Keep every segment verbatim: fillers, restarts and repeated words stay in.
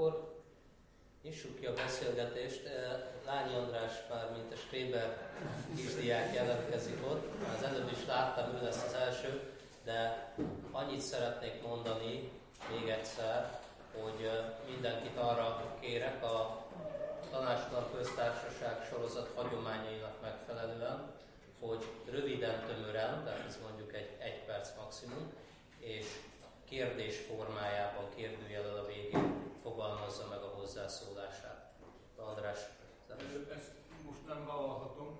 akkor nyissuk ki a beszélgetést. Lányi András már, mint a Stréber kisdiák jelentkezik ott. Az előbb is láttam, ő lesz az első, de annyit szeretnék mondani még egyszer, hogy mindenkit arra kérek a Tanácstalan Köztársaság sorozat hagyományainak megfelelően, hogy röviden, tömören, tehát ez mondjuk egy egy perc maximum, és kérdés formájában, kérdőjellel a végén fogalmazza meg a hozzászólását. András, ezt most nem vállalhatom.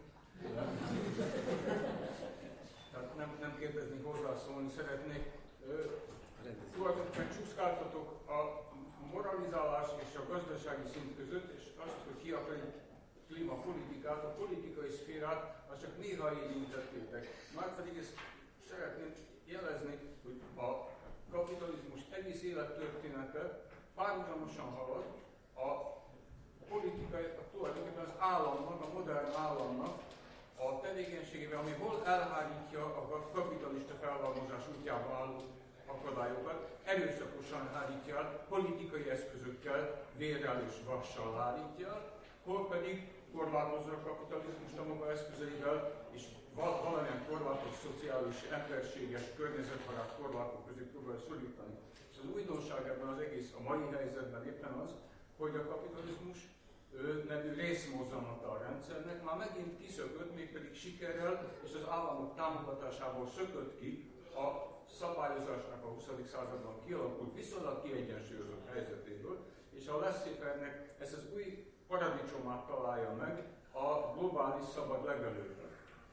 Tehát nem, nem kérdeznék, hozzászólni szeretnék. Tulajdonképpen csúszkáltatok a moralizálás és a gazdasági szint között, és azt, hogy ki a klímapolitikát, a politikai szférát, azt csak néha érintettétek. Márpedig ezt szeretném jelezni, hogy a kapitalizmus egész élettörténete párhuzamosan halad a politikai, a tulajdonképpen az államnak, a modern államnak a tevékenységével, ami hol elhárítja a kapitalista felhalmozás útjába álló akadályokat, erőszakosan hárítja el, politikai eszközökkel, vérrel és vassal hárítja el, hol pedig korlátozza a kapitalizmust a maga eszközeivel, és val- valamilyen korlátos, szociális, emberséges, környezetbarát korlátok közé próbál szorítani. És az újdonság ebben az egész, a mai helyzetben éppen az, hogy a kapitalizmus ő, nevű részmozzanata a rendszernek már megint kiszökött, mégpedig sikerrel, és az államok támogatásából szökött ki a szabályozásnak a huszadik században kialakult viszonylag kiegyensúlyozott helyzetéből, és a laissez-faire-nek ezt az új paradicsomát találja meg a globális szabad legelőben.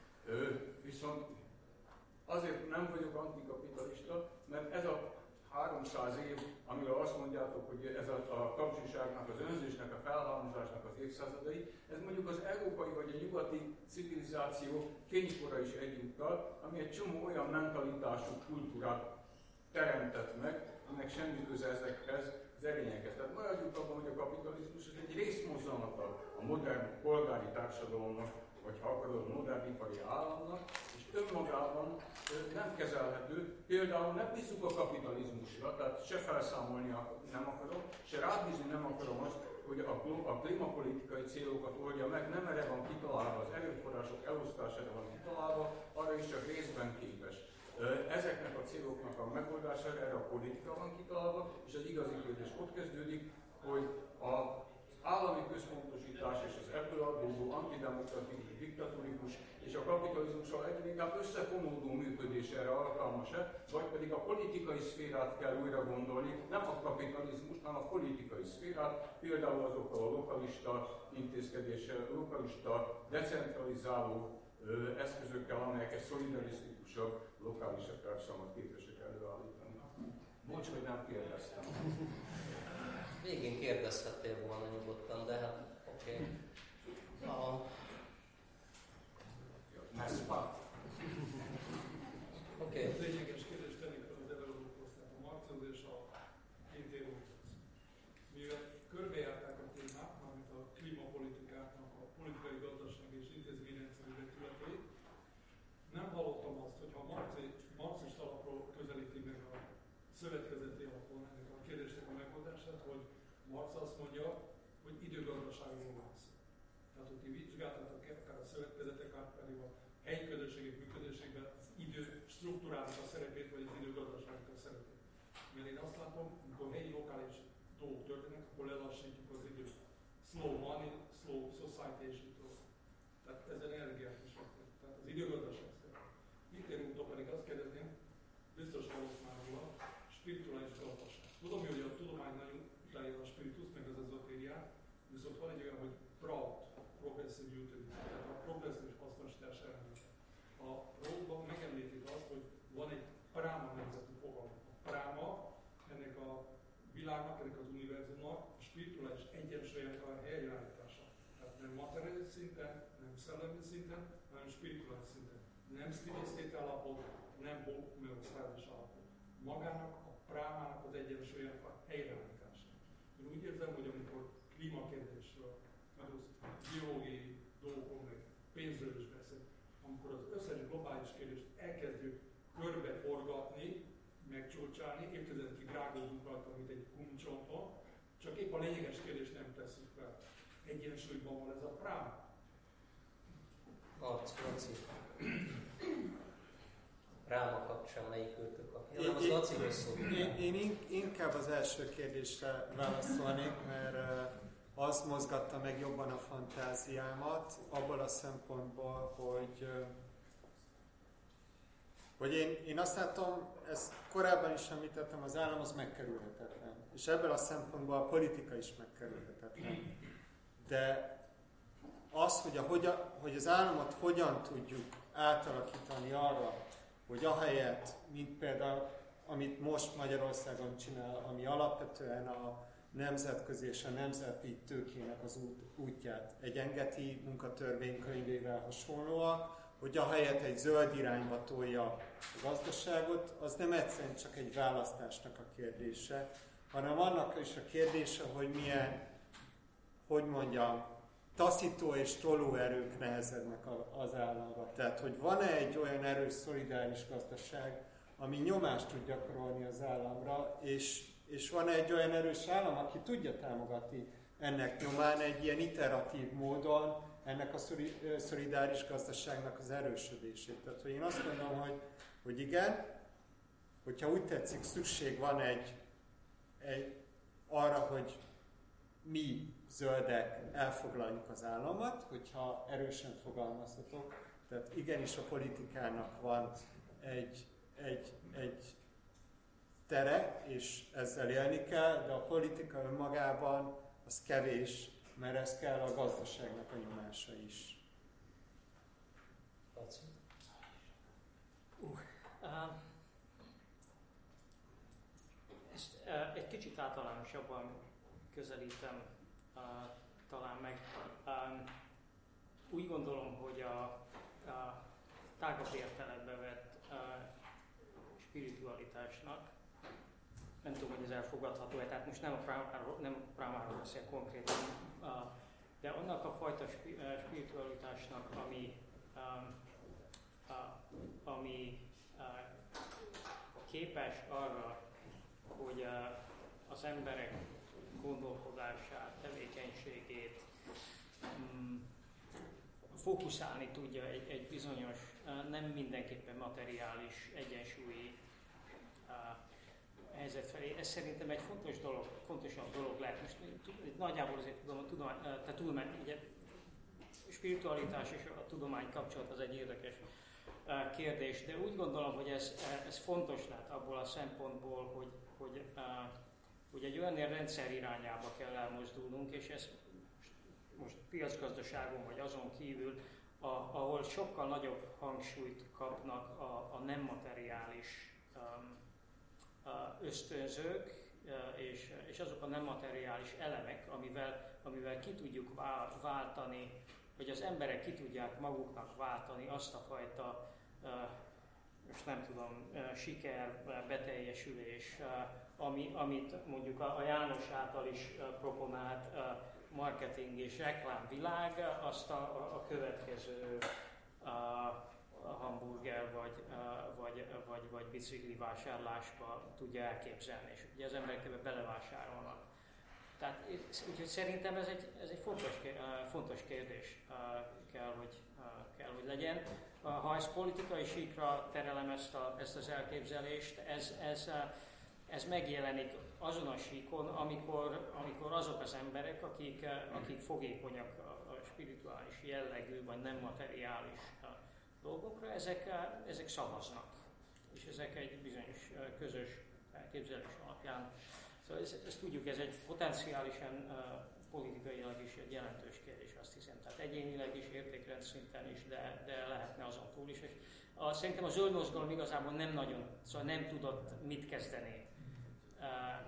Viszont azért nem vagyok antikapitalista, mert ez a háromszáz év, amiről azt mondjátok, hogy ez a, a kapcsiságnak, az önzésnek, a felhalmozásnak az évszázadai, ez mondjuk az európai vagy a nyugati civilizáció fénykora is egyúttal, ami egy csomó olyan mentalitású kultúrát teremtett meg, aminek semmi köze ezekhez az erényekhez. Tehát maradjunk abban, hogy a kapitalizmus ez egy részmozzanata a modern polgári társadalomnak, vagy ha akarod, modern ipari államnak, és önmagában nem kezelhető. Például nem bízunk a kapitalizmusra, tehát se felszámolni nem akarom, se rábízni nem akarom azt, hogy a, a klímapolitikai célokat oldja meg, nem erre van kitalálva, az erőforrások elosztására van kitalálva, arra is csak részben képes. Ezeknek a céloknak a megoldására erre a politika van kitalálva, és az igazi kérdés ott kezdődik, hogy a állami központosítás és az ebből adódó antidemokratikus, diktatórikus és a kapitalizmussal egyre inkább összefonódó működés erre alkalmas-e, vagy pedig a politikai szférát kell újra gondolni, nem a kapitalizmust, hanem a politikai szférát, például azokkal a lokalista intézkedéssel, lokalista, decentralizáló ö, eszközökkel, amelyek egy szolidarisztikusabb, lokálisabb társadalmat képesek előállítani. Bocs, hogy nem kérdeztem. Végén kérdezhettél volna nyugodtan, de hát oké. Okay. A... Oké. Okay. Lényeges kérdést tennék fel a developmenthoz, tehát a Marxhoz és a két érvóhoz. Mivel körbejárták a témát, mármint a klímapolitikáknak, a politikai, gazdasági és intézményrendszeri vetületeit, nem hallottam azt, hogy ha marxist alapról közelíti meg a szövetkezeti alapon ennek a kérdésnek a megoldását, hogy Marx azt mondja, hogy időgazdaságról van szó. Tehát, hogy ti vizsgáltatok akár a szövetkezetek, akár pedig a helyi közösségek működésében az idő struktúrának a szerepét, vagy az időgazdaságnak a szerepét. Mert én azt látom, amikor helyi lokális dolgok történnek, akkor lelassítjuk az időt. Slow money, slow society és így tovább. Tehát ez energiát is vettek. Tehát az időgazdaság szerep. Itt érútól pedig azt kérdezném, biztos hallott már róla, spirituális gazdaság. Tudom, hogy a tudomány nagyon utálja a spiritus, meg az ezotériát, viszont van egy olyan, hogy proud, progressive utility, tehát a progresszív hasznosítás ellenére. A próbban megemlítik azt, hogy van egy práma nemzetű fogalom. A práma ennek a világnak, ennek az univerzumnak a spirituális egyensúlyának a helyreállítása. Tehát nem materiális szinten, nem szellemi szinten, hanem spirituális szinten. Nem sztiliszt állapot, nem homeosztázis állapot. Magának a prámának az egyensúlyának a helyreállítása. Én úgy érzem, hogy amikor klímakérdésről, meg az biológiai dolgokról, meg pénzről is beszél, amikor az összes globális kérdést elkezdjük körbeforgatni, megcsócsálni, évtizedekig rágózunk rajta, mint egy gumcsonton, csak épp a lényeges kérdést nem tesszük fel. Egyensúlyban van ez a prám? Marci, Marci. Ráma kapcsán melyik őtök a... Én, az Laciról szól. Én, én inkább az első kérdésre válaszolnék, mert az mozgatta meg jobban a fantáziámat, abból a szempontból, hogy, hogy én, én azt látom, ezt korábban is említettem, az állam az megkerülhetetlen. És ebből a szempontból a politika is megkerülhetetlen. De az, hogy, a, hogy, a, hogy az államot hogyan tudjuk átalakítani arra, hogy ahelyett, mint például, amit most Magyarországon csinál, ami alapvetően a nemzetközi és a nemzeti tőkének az út, útját egyengeti munkatörvénykönyvével hasonlóak, hogy ahelyett egy zöld irányba tolja a gazdaságot, az nem egyszerűen csak egy választásnak a kérdése, hanem annak is a kérdése, hogy milyen, hogy mondjam, taszító és toló erők nehezednek az államra. Tehát, hogy van-e egy olyan erős, szolidáris gazdaság, ami nyomást tud gyakorolni az államra, és, és van-e egy olyan erős állam, aki tudja támogatni ennek nyomán egy ilyen iteratív módon ennek a szolidáris gazdaságnak az erősödését. Tehát, hogy én azt mondom, hogy, hogy igen, hogyha úgy tetszik, szükség van egy, egy arra, hogy mi zöldek elfoglaljuk az államot, hogyha erősen fogalmazhatok. Tehát igenis a politikának van egy, egy, egy tere, és ezzel élni kell, de a politika önmagában az kevés, mert ez kell a gazdaságnak a nyomása is. Uh, uh, ezt uh, egy kicsit általánosabban közelítem uh, talán meg. Um, úgy gondolom, hogy a, a tágabb értelembe vett uh, spiritualitásnak, nem tudom, hogy ez elfogadható-e, tehát most nem a prámáról, nem a prámáról beszél konkrétan, uh, de annak a fajta spi, uh, spiritualitásnak, ami, um, uh, ami uh, képes arra, hogy uh, az emberek gondolkodását, tevékenységét um, fókuszálni tudja egy, egy bizonyos, uh, nem mindenképpen materiális, egyensúlyi uh, helyzet felé. Ez szerintem egy fontos dolog, fontosabb dolog lehet. Most nagyjából azért tudom, a tudomány, tehát tudomány, ugye, spiritualitás és a tudomány kapcsolat az egy érdekes uh, kérdés, de úgy gondolom, hogy ez, ez fontos lehet abból a szempontból, hogy, hogy, uh, hogy egy olyan rendszer irányába kell elmozdulnunk, és ez most piacgazdaságon vagy azon kívül, a, ahol sokkal nagyobb hangsúlyt kapnak a, a nem materiális um, ösztönzők és, és azok a nem materiális elemek, amivel, amivel ki tudjuk váltani, hogy az emberek ki tudják maguknak váltani azt a fajta, most nem tudom, siker, beteljesülés, ami, amit mondjuk a János által is proponált marketing és reklámvilág, azt a, a következő a, a hamburger vagy, vagy, vagy, vagy bicikli vásárlásba tudja elképzelni, és ugye az emberek ebbe belevásárolnak. Tehát úgyhogy szerintem ez egy, ez egy fontos, fontos kérdés kell hogy, kell, hogy legyen. Ha ezt politikai síkra terelem ezt, a, ezt az elképzelést, ez, ez, ez megjelenik azon a síkon, amikor, amikor azok az emberek, akik, akik fogékonyak a spirituális jellegű vagy nem materiális dolgokra, ezek, ezek szavaznak, és ezek egy bizonyos közös elképzelés alapján. Szóval ezt, ezt tudjuk, ez egy potenciálisan uh, politikailag is egy jelentős kérdés, azt hiszem. Tehát egyénileg is, értékrend szinten is, de, de lehetne azon túl is. És a, szerintem a zöld mozgalom igazából nem nagyon, szóval nem tudott mit kezdeni uh,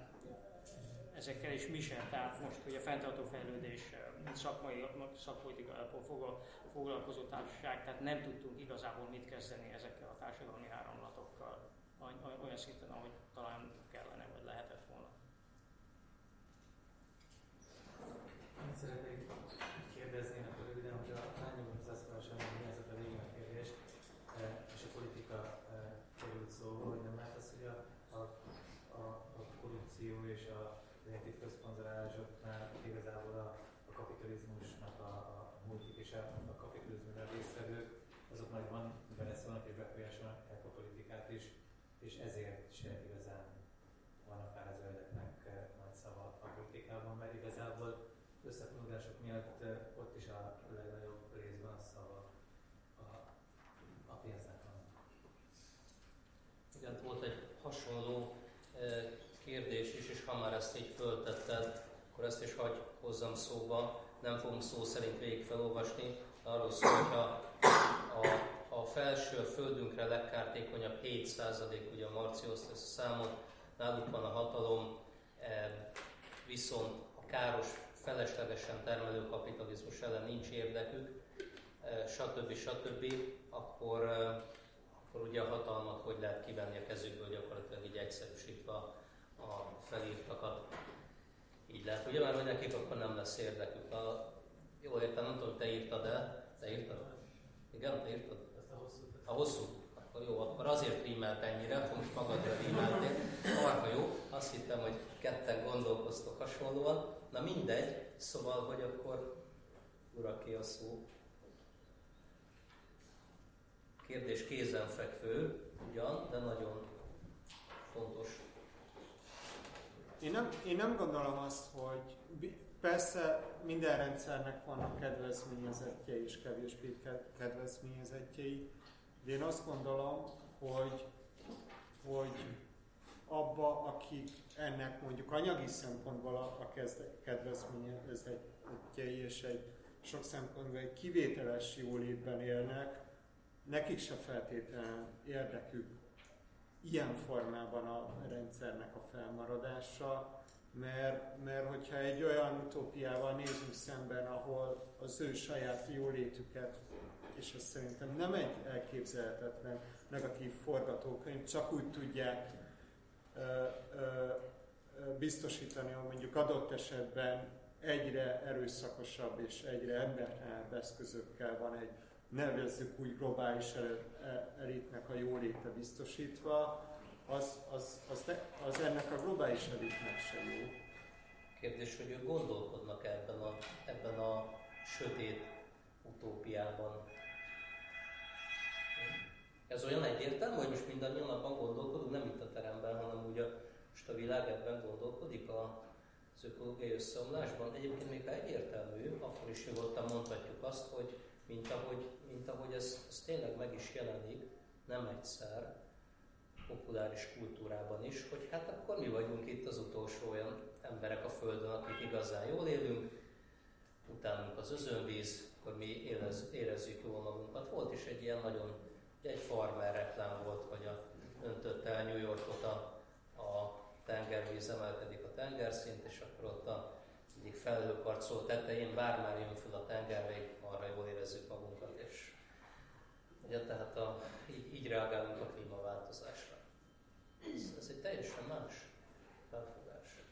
ezekkel, és mi sem. Tehát most, hogy a fenntartó fejlődés, mint szakmai, szakpolitikai alapon foglalkozó társaság, tehát nem tudtunk igazából mit kezdeni ezekkel a társadalmi áramlatokkal olyan szinten, ahogy talán kellene, vagy lehetett volna. Én szeretnék kérdezni, akkor röviden, hogy a lányom hozzászólása, mi ez a végén a kérdés, és a politika került szóba, hogy nem lehet az, hogy a, a, a, a korrupció és a ilyen titkosszponzorálásoknál igazából a, a kapitalizmusnak a, a multik és a, a kapitalizmusban résztvevők, azok nagyban beleszólnak és befolyásolják a politikát is, és ezért se igazán van akár a zöldeknek nagy szava a politikában, mert igazából összefonódások miatt ott is a legnagyobb részben a szava a, a pénznek van. Igen, volt egy hasonló kérdés is, és ha már ezt így föltetted, akkor ezt is hagyj hozzam szóba. Nem fogom szó szerint végig felolvasni. Arról szól, hogy a, a, a felső, a földünkre legkártékonyabb hét százalék, ugye a Marci hozta ezt a számot, náluk van a hatalom, viszont a káros, feleslegesen termelő kapitalizmus ellen nincs érdekük, stb. stb. Akkor, akkor ugye a hatalmat hogy lehet kivenni a kezükből, gyakorlatilag így egyszerűsítve a felírtakat. Így lehet, ugye, mert hogy nekik akkor nem lesz érdekük. A, jól értem, nem tudom, te írtad el? Te írtad? Igen, te írtad? Ezt a hosszú. A hosszú? Akkor jó, akkor azért rímelt ennyire, akkor most magadra rímeltél. Marha jó, azt hittem, hogy ketten gondolkoztok hasonlóan. Na mindegy, szóval, hogy akkor uraké a szó. Kérdés kézenfekvő, ugyan, de nagyon fontos. Én nem, én nem gondolom azt, hogy persze minden rendszernek vannak kedvezményezettjei és kevésbé kedvezményezettjei, de én azt gondolom, hogy, hogy abba, akik ennek mondjuk anyagi szempontból a, a kedvezményezettjei és egy sok szempontból egy kivételes jólétben élnek, nekik se feltétlenül érdekük ilyen formában a rendszernek a felmaradása, mert, mert hogyha egy olyan utópiával nézünk szemben, ahol az ő saját jólétüket, és ez szerintem nem egy elképzelhetetlen negatív forgatókönyv, csak úgy tudják ö, ö, biztosítani, hogy mondjuk adott esetben egyre erőszakosabb és egyre embertelenebb eszközökkel van egy, nevezzük úgy, globális elitnek a jóléte biztosítva, az, az, az, az ennek a globális elitnek sem jó. Kérdés, hogy ők gondolkodnak ebben a, ebben a sötét utópiában. Ez olyan egyértelmű, hogy most mindannyian abban gondolkodunk, nem itt a teremben, hanem úgy a, most a világ ebben gondolkodik az ökológiai összeomlásban. Egyébként még ha egyértelmű, akkor is nyugodtan mondhatjuk azt, hogy mint ahogy, mint ahogy ez, ez tényleg meg is jelenik, nem egyszer, populáris kultúrában is, hogy hát akkor mi vagyunk itt az utolsó olyan emberek a Földön, akik igazán jól élünk, utánunk az özönvíz, akkor mi érez, érezzük jól magunkat. Volt is egy ilyen nagyon, egy farmer reklám volt, hogy a, öntötte el New Yorkot a, a tengervíz, emelkedik a tengerszint, és akkor ott a egyik felhőkarcoló tetején bármár jön fel a tengervég, arra jól érezzük magunkat, és ugye, tehát a, így, így reagálunk a klímaváltozásra. Ez, ez egy teljesen más felfogás.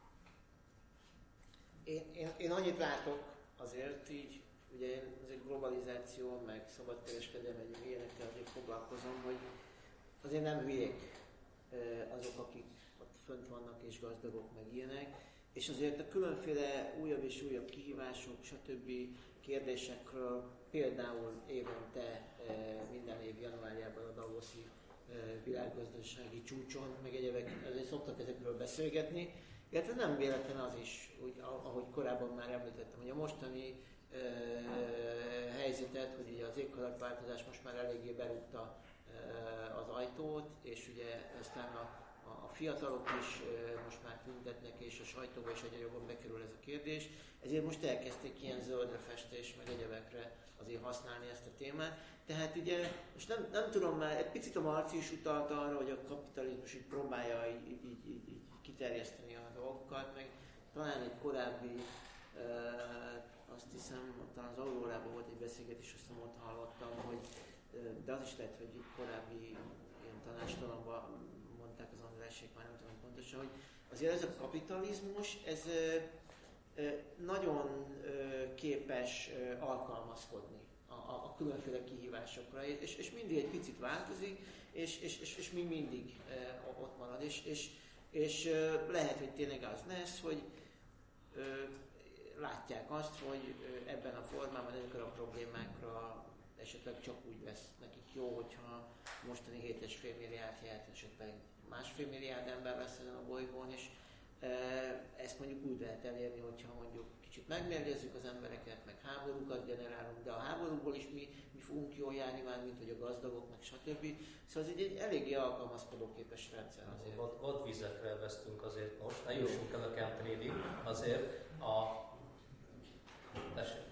Én, én, én annyit látok azért így, ugye én az egy globalizáció, meg szabadkereskedelem, meg ilyenekkel azért foglalkozom, hogy azért nem hülyék azok, akik ott fönt vannak és gazdagok, meg ilyenek, és azért a különféle újabb és újabb kihívások, stb. Kérdésekről, például évente, minden év januárjában a Davoszi világgazdasági csúcson, meg egyébként azért szoktak ezekről beszélgetni, illetve nem véletlen az is, úgy, ahogy korábban már említettem, hogy a mostani uh, helyzetet, hogy ugye az éghajlatváltozás most már eléggé berúgta uh, az ajtót, és ugye aztán a, a fiatalok is uh, most már tüntetnek, és a sajtóba is egyre jobban bekerül ez a kérdés, ezért most elkezdték ilyen zöldre festés, meg egyebekre azért használni ezt a témát. Tehát ugye, most nem, nem tudom már, egy picit a Marci is utalt arra, hogy a kapitalizmus így próbálja így, így, így, így, így kiterjeszteni a dolgokat, meg talán egy korábbi, e, azt hiszem, talán az Aurórában volt egy beszélgetés, azt hiszem ott hallottam, hogy, de az is lehet, hogy egy korábbi ilyen tanástalanban mondták az Andrásék, már nem tudom pontosan, hogy azért ez a kapitalizmus, ez e, e, nagyon e, képes e, alkalmazkodni a, a, a különféle kihívásokra, és, és mindig egy picit változik, és, és, és, és még mindig e, ott marad. És, és És ö, lehet, hogy tényleg az lesz, hogy ö, látják azt, hogy ö, ebben a formában ezekre a problémákra esetleg csak úgy lesz nekik jó, hogyha mostani hét egész öt milliárd helyett esetleg másfél milliárd ember lesz ezen a bolygón, és e, ezt mondjuk úgy lehet elérni, hogyha mondjuk kicsit megmérgezzük az embereket, meg háborúkat generálunk, de a háborúból is mi, mi fogunk jól járni már, mint hogy a gazdagok, meg stb. Szóval ez egy, egy eléggé alkalmazkodóképes rendszer azért. Vad, vadvizekre vesztünk azért most, ne jussunk el a chemtrailig, azért a... Tessék.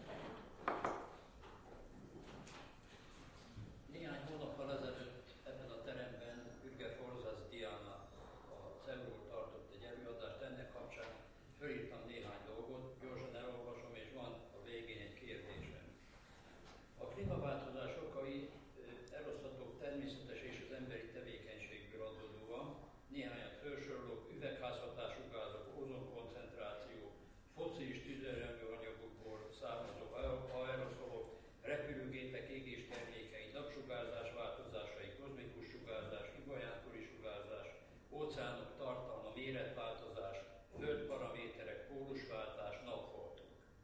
Néhány hónappal ezelőtt ebben a teremben Ürge Forzász Diana az Euról tartott egy előadást, ennek kapcsán fölírtam néhány dolgot, gyorsan elolvasom, és van a végén egy kérdésem. A klímaváltozás okai eloszthatók természetes és az emberi tevékenységből adódóan, néhányat felsorolok: üvegházhatású gázok, ozonkoncentráció, fosszilis tüzelőanyagokból származó aeroszolok, repülőgépek égéstermékei, napsugárzás változásai, kozmikus sugárzás, ibolyánkori sugárzás, óceánok tartalma, méretváltozás, földparaméterek, pólusváltás, napfoltok.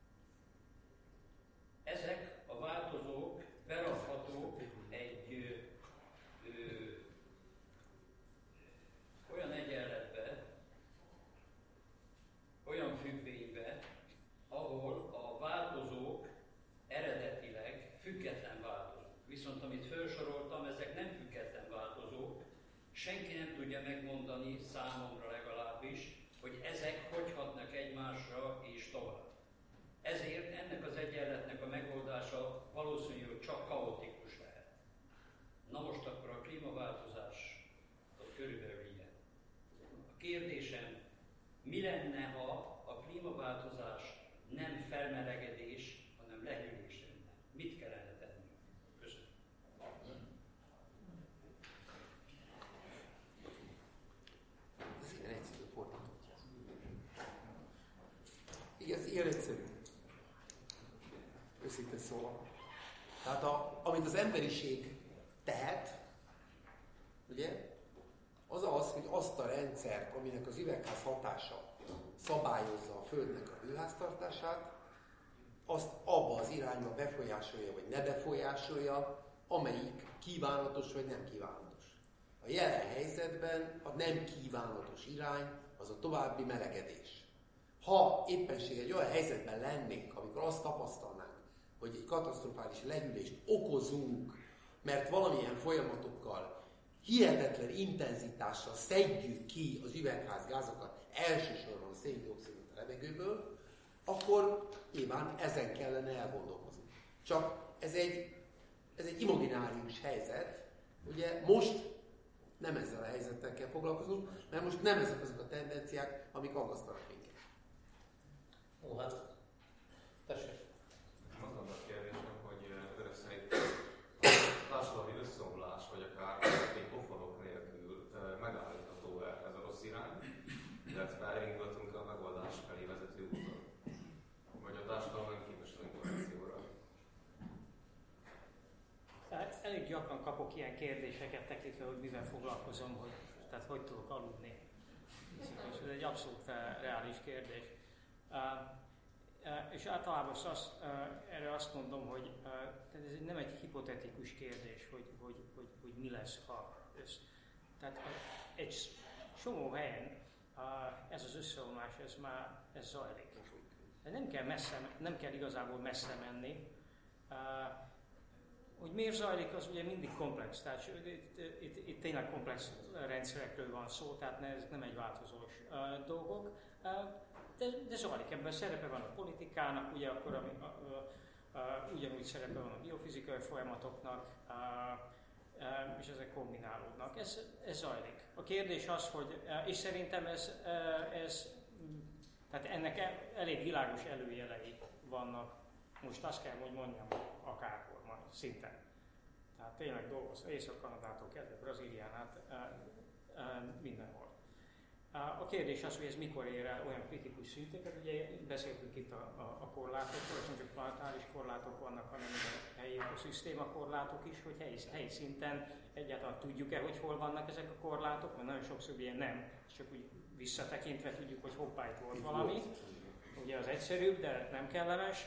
Ezek a változók berakhatók egy ö, ö, olyan egyenletbe, olyan függvénybe, ahol a változók eredetileg független változók. Viszont amit felsoroltam, ezek nem független változók. Senki nem tudja megmondani, számomra legalábbis, hogy ezek hogy hatnak egymásra és tovább. Ezért ennek az egyenletnek a megoldása valószínűleg csak kaotikus lehet. Na most akkor a klímaváltozás az körülbelül ilyen. A kérdésem, mi lenne, ha a klímaváltozás nem felmelegedés, hanem lehűlés lenne? Mit kellene tenni? Köszönöm. Ez ilyen egyszerű fordított. Igen, ez ilyen egyszerű. Őszintén szóval. Tehát a, amit az emberiség tehet, ugye, az az, hogy azt a rendszert, aminek az üvegház hatása szabályozza a Földnek a hőháztartását, azt abba az irányba befolyásolja, vagy ne befolyásolja, amelyik kívánatos, vagy nem kívánatos. A jelen helyzetben a nem kívánatos irány az a további melegedés. Ha éppenség egy olyan helyzetben lennénk, amikor azt tapasztalnánk, hogy egy katasztrofális lehűlést okozunk, mert valamilyen folyamatokkal hihetetlen intenzitással szedjük ki az üvegházgázokat, elsősorban a széndioxidot a levegőből, akkor nyilván ezen kellene elgondolkozni. Csak ez egy, ez egy imaginárius helyzet, ugye most nem ezzel a helyzettel kell foglalkoznunk, mert most nem ezek azok a tendenciák, amik aggasztanak minket. Ó, hát, tessék. Az lenne a kérdésem, hogy önök szerint a társadalmi összeomlás, vagy akár még pofonok nélkül megállítható-e ez a rossz irány, illetve elindultunk a megoldás felé vezető úton, vagy a társadalom nem képes az inkorrekcióra? Elég gyakran kapok ilyen kérdéseket tekintve, hogy mivel foglalkozom, hogy, tehát hogy tudok aludni. Ez egy abszolút reális kérdés. Uh, uh, és általában azt, uh, erre azt mondom, hogy uh, ez nem egy hipotetikus kérdés, hogy, hogy, hogy, hogy mi lesz, ha össz. Tehát uh, egy csomó helyen uh, ez az összeomlás, ez már ez zajlik. Nem kell, messze, nem kell igazából messze menni. Uh, hogy miért zajlik, az ugye mindig komplex. Tehát itt, itt, itt tényleg komplex rendszerekről van szó, tehát ez nem egy változós uh, dolgok. Uh, de, de zajlik, ebben szerepe van a politikának, ugye akkor ami, uh, uh, ugyanúgy szerepe van a biofizikai folyamatoknak, uh, uh, és ezek kombinálódnak. Ez, ez zajlik. A kérdés az, hogy, uh, és szerintem ez, uh, ez tehát ennek elég világos előjelei vannak. Most azt kell, hogy mondjam, akárhol, majd szinten. Tehát tényleg dolgoz Észak-Kanadától kezdve Brazílián át, uh, uh, mindenhol. A kérdés az, hogy ez mikor ér el olyan kritikus szinteket, ugye beszéltünk itt a, a, a korlátokról, és nem csak planetáris korlátok vannak, hanem a helyi ökoszisztéma korlátok is, hogy helyi, helyi szinten egyáltalán tudjuk-e, hogy hol vannak ezek a korlátok, mert nagyon sokszor ugye nem, csak úgy visszatekintve tudjuk, hogy hoppá, itt volt valami. Ugye az egyszerűbb, de nem kellemes.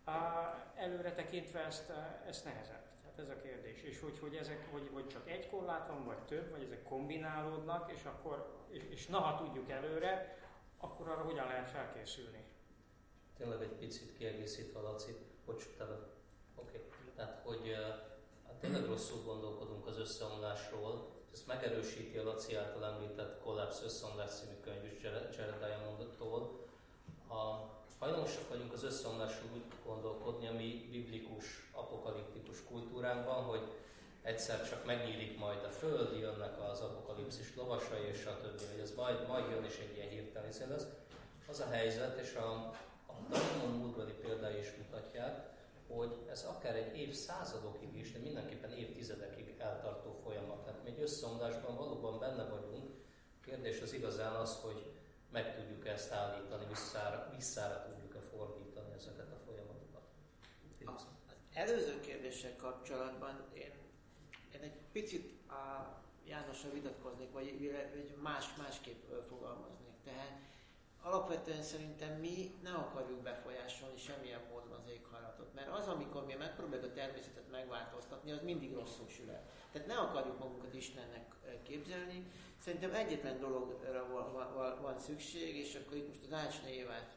Előre tekintve ezt, ezt nehezebb. Tehát ez a kérdés. És hogy, hogy ezek, hogy, hogy csak egy korlát van, vagy több, vagy ezek kombinálódnak, és akkor, és, és na, ha tudjuk előre, akkor arra hogyan lehet felkészülni? Tényleg egy picit kiegészítve a Lacit, bocs, Oké. Okay. Tehát, hogy hát tényleg rosszul gondolkodunk az összeomlásról. Ezt megerősíti a Laci által említett Collapse Összeomlás című könyv is Jared Diamondtól. A hajlamosak vagyunk az összeomlásról úgy gondolkodni, ami biblikus, apokaliptikus kultúránkban, hogy egyszer csak megnyílik majd a föld, jönnek az apokalipszis lovasai, és a többi, hogy ez majd, majd jön, és egy ilyen hirtelen szín lesz. Az a helyzet, és a, a Diamond múltbeli példái is mutatják, hogy ez akár egy évszázadokig is, de mindenképpen évtizedekig eltartó folyamat. Tehát mi egy összeomlásban valóban benne vagyunk. A kérdés az igazán az, hogy meg tudjuk ezt állítani, visszára, visszára tudjuk-e fordítani ezeket a folyamatokat. Az előző kérdéssel kapcsolatban én, én egy picit a Jánossal vitatkoznék, vagy egy más, másképp fogalmaznék. Tehát alapvetően szerintem mi nem akarjuk befolyásolni semmilyen módon az éghajlatot, mert az, amikor mi megpróbáljuk a természetet megváltoztatni, az mindig rosszul sül el. Tehát ne akarjuk magunkat Istennek képzelni. Szerintem egyetlen dologra van szükség, és akkor itt most az Ácsné Évát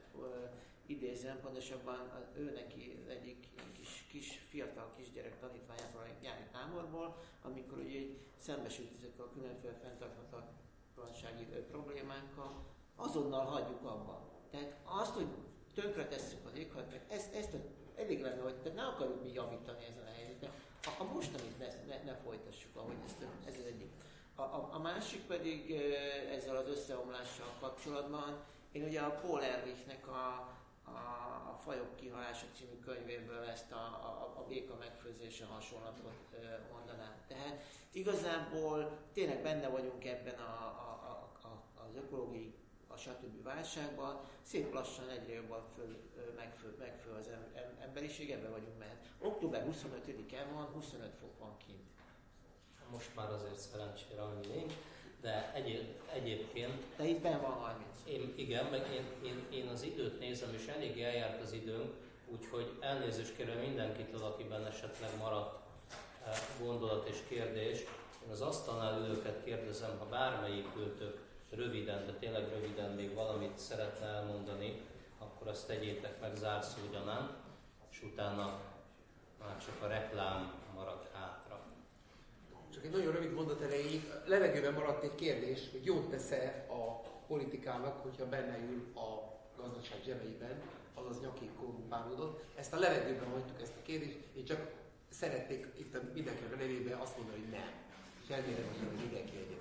idézem, pontosabban az ő neki az egyik kis, kis fiatal kisgyerek tanítványától a nyári táborból, amikor ugye szembesült ezekkel a különféle fenntarthatatlansági problémánkkal, azonnal hagyjuk abba. Tehát azt, hogy tönkre tesszük az éghajlatot, ezt, ezt elég lenne, hogy tehát ne akarjuk mi javítani ezen a helyzeten. A, a mostanit ne, ne, ne folytassuk, ahogy ezt, ez az egyik. A, a, a másik pedig ezzel az összeomlással kapcsolatban, én ugye a Paul Ehrlichnek a, a, a Fajok kihalása című könyvéből ezt a, a, a béka megfőzése hasonlatot mondanám. Tehát igazából tényleg benne vagyunk ebben a, a, a, az ökológiai, a stb. Válságban, szép lassan egyre jobban föl, megfő, megfő az emberiség, ebben vagyunk, mert október huszonötödike van, huszonöt fok van kint. Most már azért szerencsére annyi nincs, de egyéb, egyébként... De itt benn van harminc. Én, igen, meg én, én, én az időt nézem, és elég eljárt az időnk, úgyhogy elnézést kérem mindenkitől, akiben esetleg maradt gondolat és kérdés. Én az asztalnál ülőket kérdezem, ha bármelyik ültök röviden, de tényleg röviden még valamit szeretne elmondani, akkor azt tegyétek meg zárszógyanán, és utána már csak a reklám marad hátra. Csak egy nagyon rövid mondat erejéig, levegőben maradt egy kérdés, hogy jót tesz-e a politikának, hogyha benne ül a gazdaság zsebeiben, azaz nyakig korrumpálódott. Ezt a levegőben hagytuk, ezt a kérdést, én csak szeretnék itt a mindenkinek a nevében azt mondani, hogy nem. És elmérem, hogy mindenki egyetért.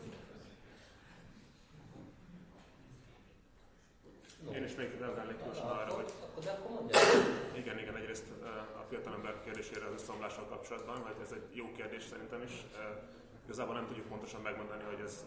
Én is még reagálnék gyorsan arra, hogy... Igen, igen, egyrészt a fiatalember kérdésére az összeomlással kapcsolatban, hogy ez egy jó kérdés szerintem is. Igazából nem tudjuk pontosan megmondani, hogy ez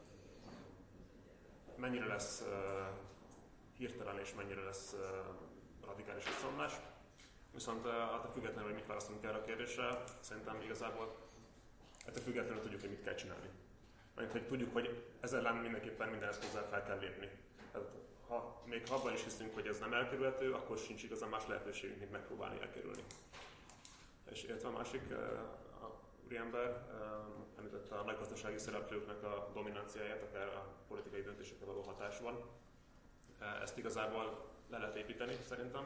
mennyire lesz hirtelen és mennyire lesz radikális összeomlás. Viszont attól függetlenül, hogy mit választunk erre a kérdésre, szerintem igazából ettől függetlenül tudjuk, hogy mit kell csinálni. Mert hogy tudjuk, hogy ez ellen mindenképpen minden eszközzel fel kell lépni. Tehát, ha még ha abban is hiszünk, hogy ez nem elkerülhető, akkor sincs igazán más lehetőségünk, mint megpróbálni elkerülni. És illetve a másik, a úriember említette a nagygazdasági szereplőknek a dominanciáját, akár a politikai döntésekre való hatásban. Ezt igazából le lehet építeni, szerintem.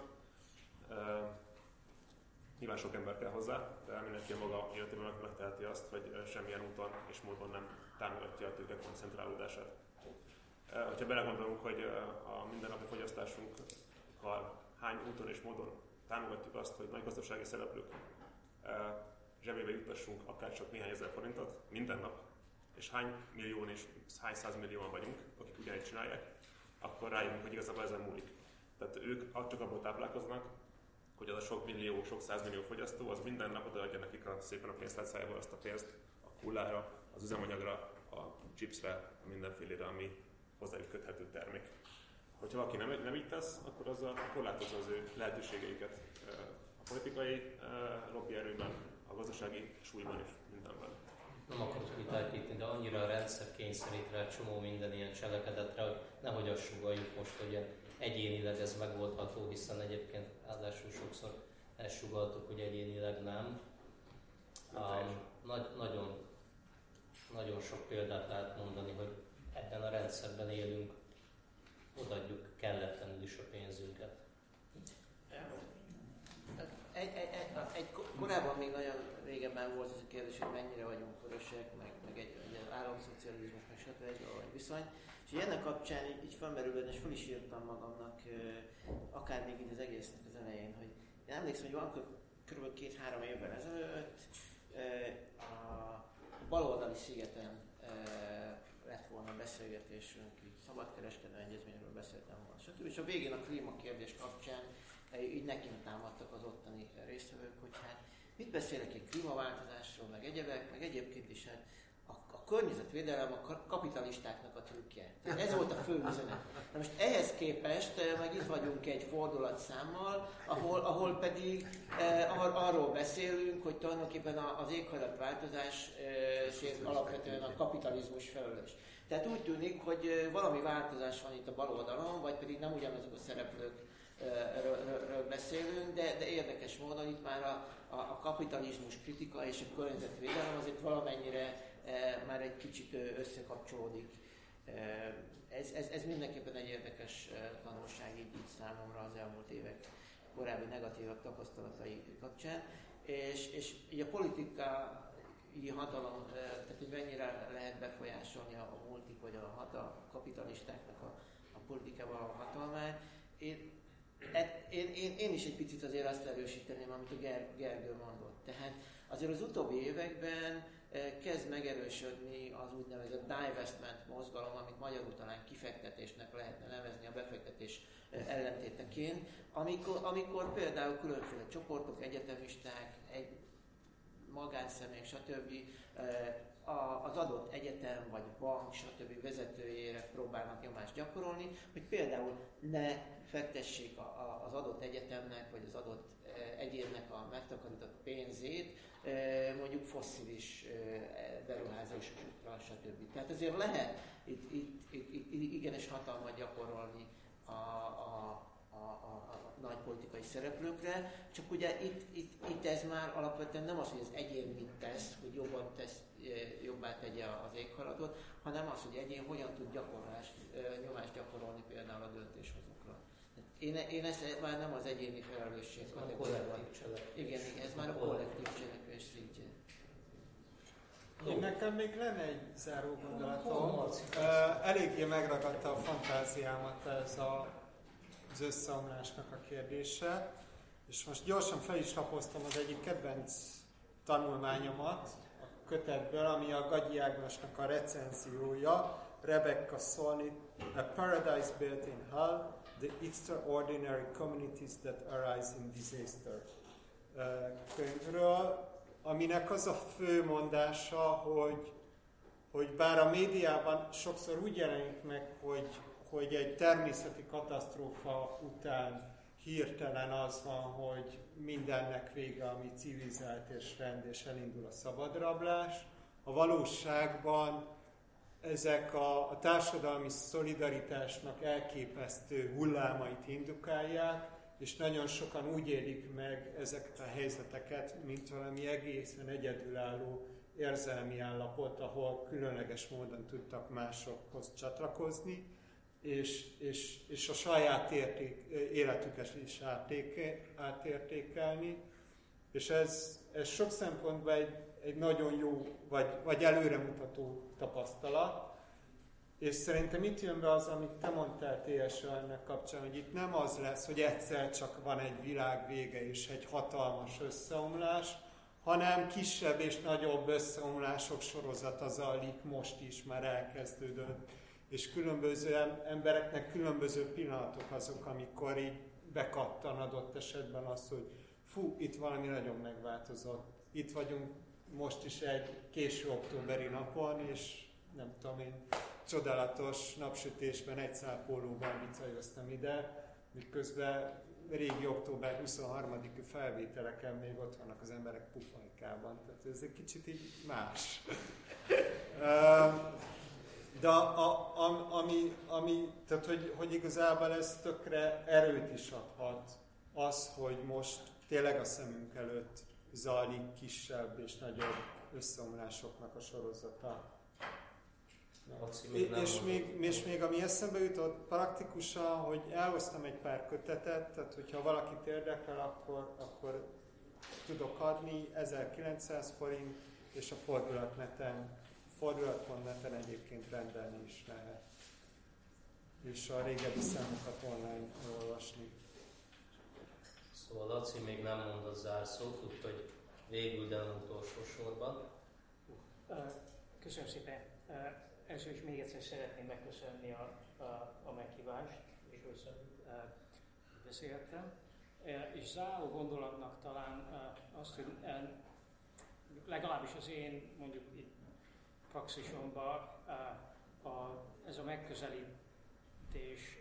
Nyilván sok ember kell hozzá, de mindenki a maga életében megteheti azt, hogy semmilyen úton és módon nem támogatja a tőke koncentrálódását. Ha belegondolunk, hogy a mindennapi fogyasztásunkkal hány úton és módon támogatjuk azt, hogy nagy gazdasági szereplők zsebébe juttassunk akár csak néhány ezer forintot minden nap, és hány millión és hány százmillióan vagyunk, akik ugyanígy csinálják, akkor rájövünk, hogy igazából ezen múlik. Tehát ők csak abból táplálkoznak, hogy az a sok millió, sok százmillió fogyasztó, az minden nap odaadja nekik a, szépen a pénztárcájából azt a pénzt a hullára, az üzemanyagra, a chipsre, a mindenfélére, ami hozzájuk köthető termék. Hogyha valaki nem, nem így tesz, akkor azzal korlátozza az ő lehetőségeiket a politikai lobbyerőben, a gazdasági súlyban is, mindenben. nem akarok vitát nyitni, de annyira a rendszer kényszerít rá csomó minden ilyen cselekedetre, hogy nehogy azt sugalljuk most, hogy egyénileg ez megoldható, hiszen egyébként ráadásul sokszor elsugaltuk, hogy egyénileg nem. Um, nagy, nagyon, nagyon sok példát lehet mondani, hogy ebben a rendszerben élünk, odaadjuk kelletlenül is a pénzünket. Egy, egy, egy, egy, korábban még nagyon régebben volt ez a kérdés, hogy mennyire vagyunk vörösek, meg, meg egy, egy államszocializmus, meg stb. Egy viszony. És ennek kapcsán így, így felmerülően, és fel is írtam magamnak, akár még így az egésznek az elején, hogy én emlékszem, hogy van kb. két-három évvel ezelőtt a baloldali szigeten lett volna a beszélgetésünk, így szabadkereskedelmi egyezményről beszéltem volna, stb. És a végén a klímakérdés kapcsán így nekünk támadtak az ottani résztvevők, hogy hát mit beszélek egy klímaváltozásról, meg egyebek, meg egyébként is hát a, a környezetvédelem a kapitalistáknak a trükkje. Ez volt a fő üzenet. Na most ehhez képest meg itt vagyunk egy fordulatszámmal, ahol, ahol pedig eh, ar, arról beszélünk, hogy tulajdonképpen az éghajlatváltozás eh, alapvetően a kapitalizmus felelős. Tehát úgy tűnik, hogy valami változás van itt a bal oldalon, vagy pedig nem ugyanazok a szereplők ről beszélünk, de, de érdekes módon itt már a, a, a kapitalizmus kritika és a környezetvédelem azért valamennyire e, már egy kicsit összekapcsolódik. E, ez, ez, ez mindenképpen egy érdekes tanulság így, így számomra az elmúlt évek korábbi negatívabb tapasztalatai kapcsán. És, és így a politikai hatalom, tehát hogy mennyire lehet befolyásolni a multik vagy a, hat, a kapitalistáknak a, a politikával a hatalmát. Én, Én, én, én is egy picit azért azt erősíteném, amit a Ger, Gergő mondott. Tehát azért az utóbbi években kezd megerősödni az úgynevezett divestment mozgalom, amit magyarul talán kifektetésnek lehetne nevezni a befektetés ellentéteként, amikor, amikor például különféle csoportok, egyetemisták, egy magánszemélyek, stb. Az adott egyetem vagy bank, stb. Vezetőjére próbálnak nyomást gyakorolni, hogy például ne fektessék a, a, az adott egyetemnek, vagy az adott e, egyénnek a megtakarított pénzét e, mondjuk fosszilis e, beruházásokra, stb. Tehát azért lehet itt, itt, itt, itt igenis hatalmat gyakorolni a, a, a, a, a nagy politikai szereplőkre, csak ugye itt, itt, itt ez már alapvetően nem az, hogy az egyén mit tesz, hogy jobban tesz, jobbá tegye az éghajlatot, hanem az, hogy egyén hogyan tud gyakorlás, nyomást gyakorolni például a döntéshozókra. Én, én ezt már nem az egyéni felelősség kategóriában. Igen, igen, ez már a kollektív cselekvés szintje. Én nekem még lenne egy záró gondolatom. Eléggé megragadta a fantáziámat ez a, az összeomlásnak a kérdése, és most gyorsan fel is lapoztam az egyik kedvenc tanulmányomat a kötetből, ami a Gagyi Ágnesnak a recenziója, Rebecca Solnit, A Paradise Built in Hell, The Extraordinary Communities That Arise in Disaster könyvről, aminek az a fő mondása, hogy, hogy bár a médiában sokszor úgy jelenik meg, hogy, hogy egy természeti katasztrófa után hirtelen az van, hogy mindennek vége, ami civilizált és rend, és elindul a szabadrablás. A valóságban ezek a, a társadalmi szolidaritásnak elképesztő hullámait indukálják, és nagyon sokan úgy élik meg ezeket a helyzeteket, mint valami egészen egyedülálló érzelmi állapot, ahol különleges módon tudtak másokhoz csatlakozni, és, és, és a saját érték, életüket is átértéke, átértékelni. És ez, ez sok szempontból egy, egy nagyon jó, vagy, vagy előremutató tapasztalat. És szerintem itt jön be az, amit te mondtál té es o ennek kapcsán, hogy itt nem az lesz, hogy egyszer csak van egy világ vége és egy hatalmas összeomlás, hanem kisebb és nagyobb összeomlások sorozata zajlik, most is már elkezdődött. És különböző embereknek különböző pillanatok azok, amikor így bekattan adott esetben az, hogy fú, itt valami nagyon megváltozott. Itt vagyunk most is egy késő októberi napon, és nem tudom én, csodálatos napsütésben egy szál pólóban bicajoztam ide, miközben régi október huszonharmadiki felvételeken még ott vannak az emberek pufajkában. Tehát ez egy kicsit így más. De a, a, ami, ami, tehát hogy, hogy igazából ez tökre erőt is adhat, az, hogy most tényleg a szemünk előtt zajlik kisebb és nagyobb összeomlásoknak a sorozata. És még, és még ami eszembe jutott praktikusan, hogy elhoztam egy pár kötetet, tehát hogyha valakit érdekel, akkor, akkor tudok adni, ezerkilencszáz forint, és a fordulatneten, fordulat pont neten egyébként rendelni is lehet. És a régebbi számokat online olvasni. Szóval Laci még nem mondott zárszót, úgyhogy végül, de nem utolsó sorban. Köszönöm szépen. Először is még egyszer szeretném megköszönni a, a, a meghívást, és hogy beszéltem. És záró gondolatnak talán azt, hogy legalábbis az én mondjuk itt praxisomban a, ez a megközelítés,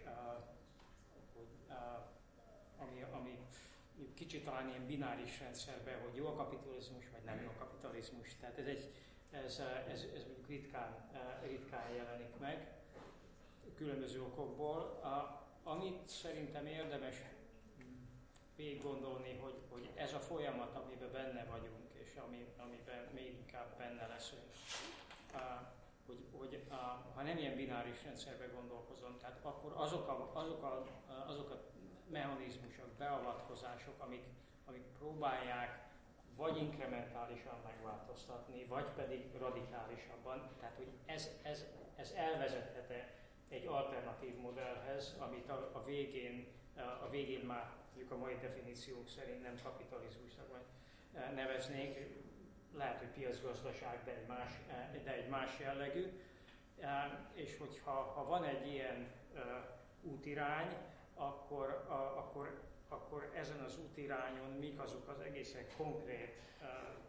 ami, ami kicsit talán ilyen bináris rendszerben, hogy jó a kapitalizmus, vagy nem jó a kapitalizmus. Tehát ez egy Ez, ez, ez mondjuk ritkán, ritkán jelenik meg, különböző okokból. A, amit szerintem érdemes végig gondolni, hogy, hogy ez a folyamat, amiben benne vagyunk, és ami, amiben még inkább benne leszünk, a, hogy, hogy a, ha nem ilyen bináris rendszerben gondolkozom, tehát akkor azok a, azok a, azok a mechanizmusok, beavatkozások, amik, amik próbálják vagy inkrementálisan megváltoztatni, vagy pedig radikálisabban. Tehát, hogy ez, ez, ez elvezethet egy alternatív modellhez, amit a, a, végén, a végén már mondjuk a mai definíciók szerint nem kapitalizmusnak neveznék, lehet, hogy piacgazdaság, de egy más, de egy más jellegű. És hogyha ha van egy ilyen útirány, akkor, akkor akkor ezen az útirányon mik azok az egészen konkrét uh,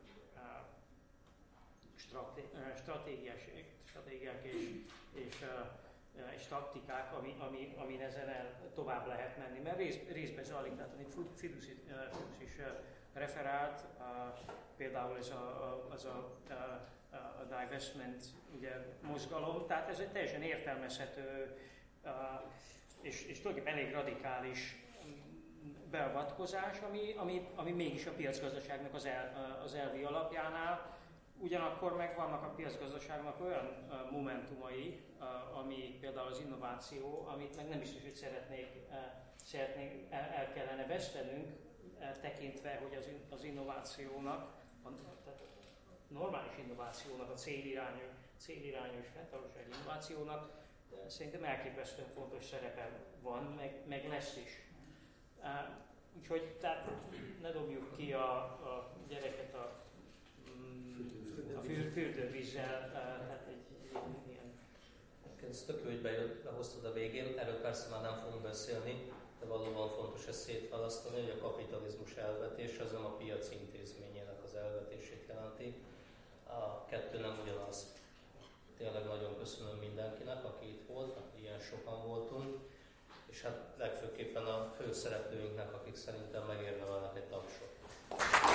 uh, stratégiák, stratégiák és, és, uh, és taktikák, ami, ami, amin ezen el tovább lehet menni. Mert rész, részben zajlik, tehát amit Fidus is uh, referált, uh, például ez a, az a, a, a divestment ugye, mozgalom, tehát ez egy teljesen értelmezhető uh, és, és tulajdonképpen elég radikális beavatkozás, ami, ami, ami mégis a piacgazdaságnak az, el, az elvi alapjánál. Ugyanakkor meg vannak a piacgazdaságnak olyan uh, momentumai, uh, ami például az innováció, amit meg nem biztos, hogy szeretnék, uh, szeretnék el, el kellene vesztenünk, uh, tekintve, hogy az, az innovációnak, a, tehát a normális innovációnak, a célirányú, célirányú és fenntartósági innovációnak uh, szerintem elképesztően fontos szerepe van, meg, meg lesz is. Uh, úgyhogy tehát ne dobjuk ki a, a gyereket a, a fürdővízzel, uh, tehát egy, egy ilyen... Ez tök jó, hogy bejött, behoztad a végén, erről persze már nem fogunk beszélni, de valóban fontos ezt szétválasztani, hogy a kapitalizmus elvetés az nem a piac intézményének az elvetését jelenti. A kettő nem ugyanaz. Tényleg nagyon köszönöm mindenkinek, aki itt volt, ilyen sokan voltunk. És hát legfőképpen a főszereplőinknek, akik szerintem megérdemelnek egy tapsot.